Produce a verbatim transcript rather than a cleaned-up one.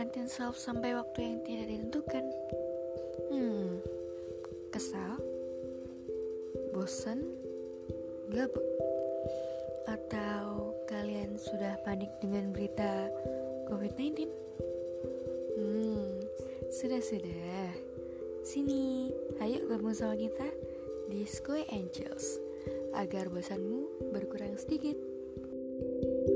quarantine self sampai waktu yang tidak ditentukan. Hmm, kesal, bosan, gabut, atau kalian sudah panik dengan berita covid sembilan belas? Hmm, sudah-sudah. Sini, ayo gabung sama kita di Square Angels agar bosanmu berkurang sedikit.